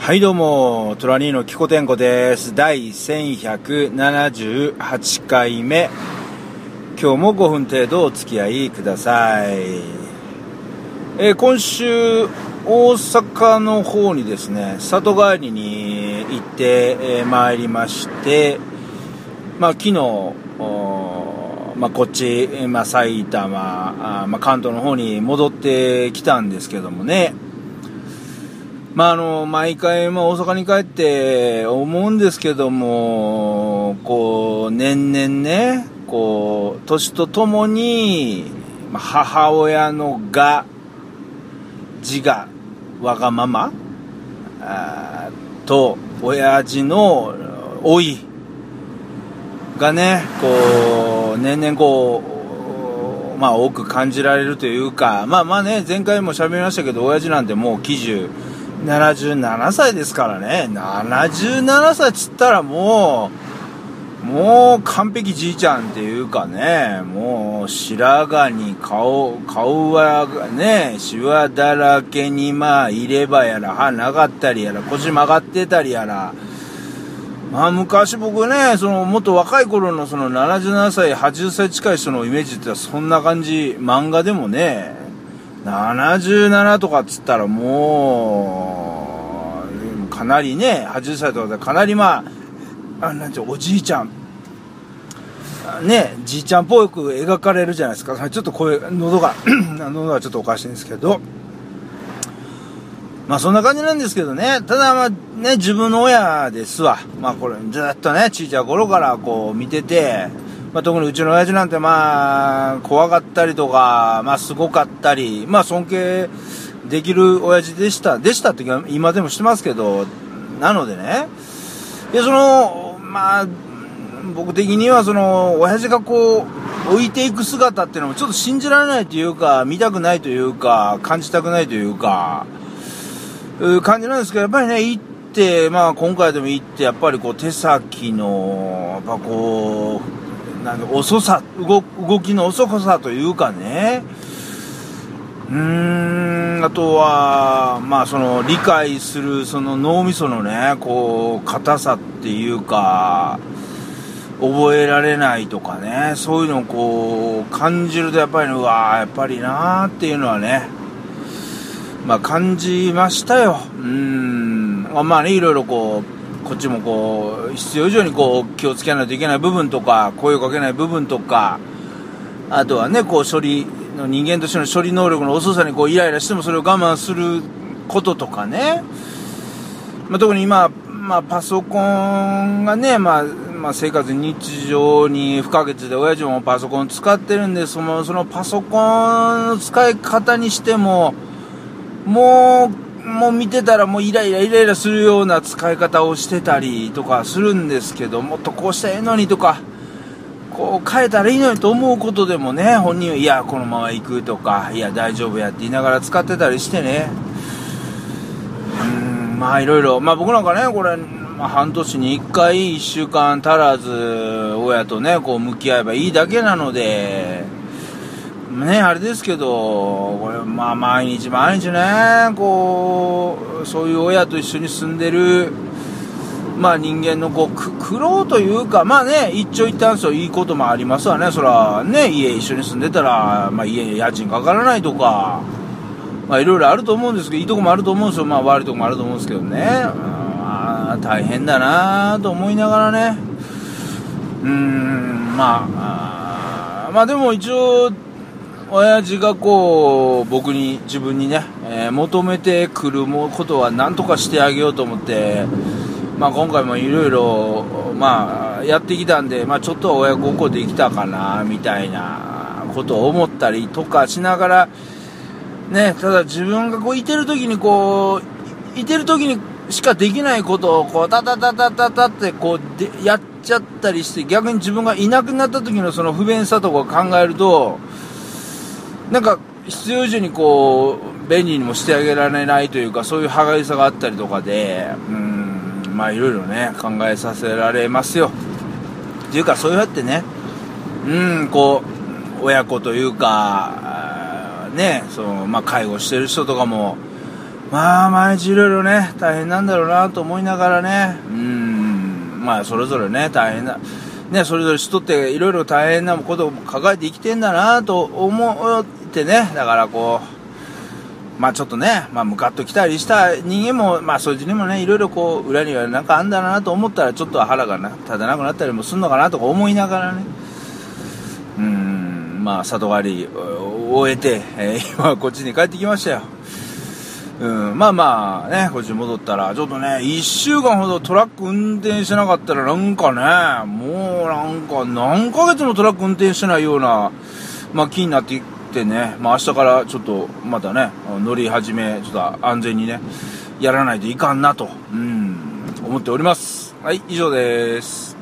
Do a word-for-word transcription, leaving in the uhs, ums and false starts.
はいどうも、トラニーのキコテンコです。だいせんひゃくななじゅうはちかいめ。今日もごふん程度お付き合いください。えー、今週大阪の方にですね、里帰りに行ってえー、参りまして、まあ昨日、まあ、こっち、まあ、埼玉、あまあ、関東の方に戻ってきたんですけどもね、まあ、あの毎回、まあ、大阪に帰って思うんですけども、こう年々ね、こう年とともに母親のが自我わがままあと親父の老いがね、こう年々こうまあ多く感じられるというか、まあまあね、前回も喋りましたけど、親父なんてもうきじゅうななじゅうななさいですからね。ななじゅうななさいっつったらもうもう完璧じいちゃんっていうかね、もう白髪に顔顔はねシワだらけに、まあ入れ歯やら歯なかったりやら腰曲がってたりやら、まあ昔僕ね、そのもっと若い頃のそのななじゅうななさいはちじゅっさい近い人のイメージってそんな感じ。漫画でもねななじゅうななとかっつったらもうかなりね、はちじゅっさいとかでかなりまあ、あなんていうおじいちゃんね、じいちゃんっぽく描かれるじゃないですか。ちょっと声喉が喉がちょっとおかしいんですけど、まあそんな感じなんですけどね。ただまあね、自分の親ですわ。まあこれずっとね、小さい頃からこう見てて、まあ特にうちの親父なんてまあ怖かったりとか、まあすごかったり、まあ尊敬できる親父でしたでしたって今でもしてますけど、なのでね、いやそのまあ僕的にはその親父がこう置いていく姿っていうのもちょっと信じられないというか、見たくないというか、感じたくないというかいう感じなんですけど、やっぱりね行って、まあ今回でも行ってやっぱりこう手先のやっぱこうなんか遅さ 動, 動きの遅さというかね、うーんあとはまあその理解するその脳みそのねこう硬さっていうか、覚えられないとかね、そういうのをこう感じるとやっぱりね、うわーやっぱりなーっていうのはね、まあ感じましたよ。うーんまあね、いろいろこうこっちもこう必要以上にこう気をつけないといけない部分とか、声をかけない部分とか、あとはねこう処理の人間としての処理能力の遅さにこうイライラしてもそれを我慢することとかね、まあ、特に今、まあ、パソコンがね、まあまあ、生活日常に不可欠で、親父もパソコン使ってるんで、その、そのパソコンの使い方にしてももうもう見てたらもうイライライライラするような使い方をしてたりとかするんですけど、もっとこうしたらいいのにとか、こう変えたらいいのにと思うことでもね、本人はいやこのまま行くとか、いや大丈夫やって言いながら使ってたりしてね、うーんまあいろいろ、まあ僕なんかねこれ、まあ、半年にいっかいいっしゅうかん足らず親とねこう向き合えばいいだけなのでね、あれですけど、これまあ毎日毎日ねこうそういう親と一緒に住んでるまあ人間のこう苦労というか、まあね一長一短そういいこともありますわね。そらね家一緒に住んでたら、まあ、家家賃かからないとか、まあいろいろあると思うんですけど、いいとこもあると思うんですよ。まあ悪いとこもあると思うんですけどね、まあ大変だなと思いながらね、うーんまあまあでも一応親父がこう僕に自分にね、えー、求めてくることは何とかしてあげようと思って、まあ、今回もいろいろまあやってきたんで、まあ、ちょっと親孝行できたかなみたいなことを思ったりとかしながらね、ただ自分がこういてる時にこういてる時にしかできないことをこうタタタタタタってこうでやっちゃったりして、逆に自分がいなくなった時のその不便さとかを考えると、なんか必要以上にこう便利にもしてあげられないというか、そういう歯がゆさがあったりとかで、うーんまあいろいろね考えさせられますよ。っていうかそうやってね、うーんこう親子というかね、そのまあ介護してる人とかもまあ毎日いろいろね大変なんだろうなと思いながらね、うーんまあそれぞれね大変なねそれぞれ人っていろいろ大変なことを抱えて生きてんだなと思ってね、だからこうまあちょっとねまあムカッときたりした人間もまあそいつにもねいろいろこう裏にはなんかあんだなと思ったらちょっと腹がな立たなくなったりもするのかなとか思いながらね、うーんまあ里帰りを終えて、えー、今こっちに帰ってきましたよ。うん、まあまあね、こっちに戻ったら、ちょっとね、一週間ほどトラック運転してなかったらなんかね、もうなんか何ヶ月もトラック運転してないような、まあ気になってきてね、まあ明日からちょっとまたね、乗り始め、ちょっと安全にね、やらないといかんなと、うん、思っております。はい、以上です。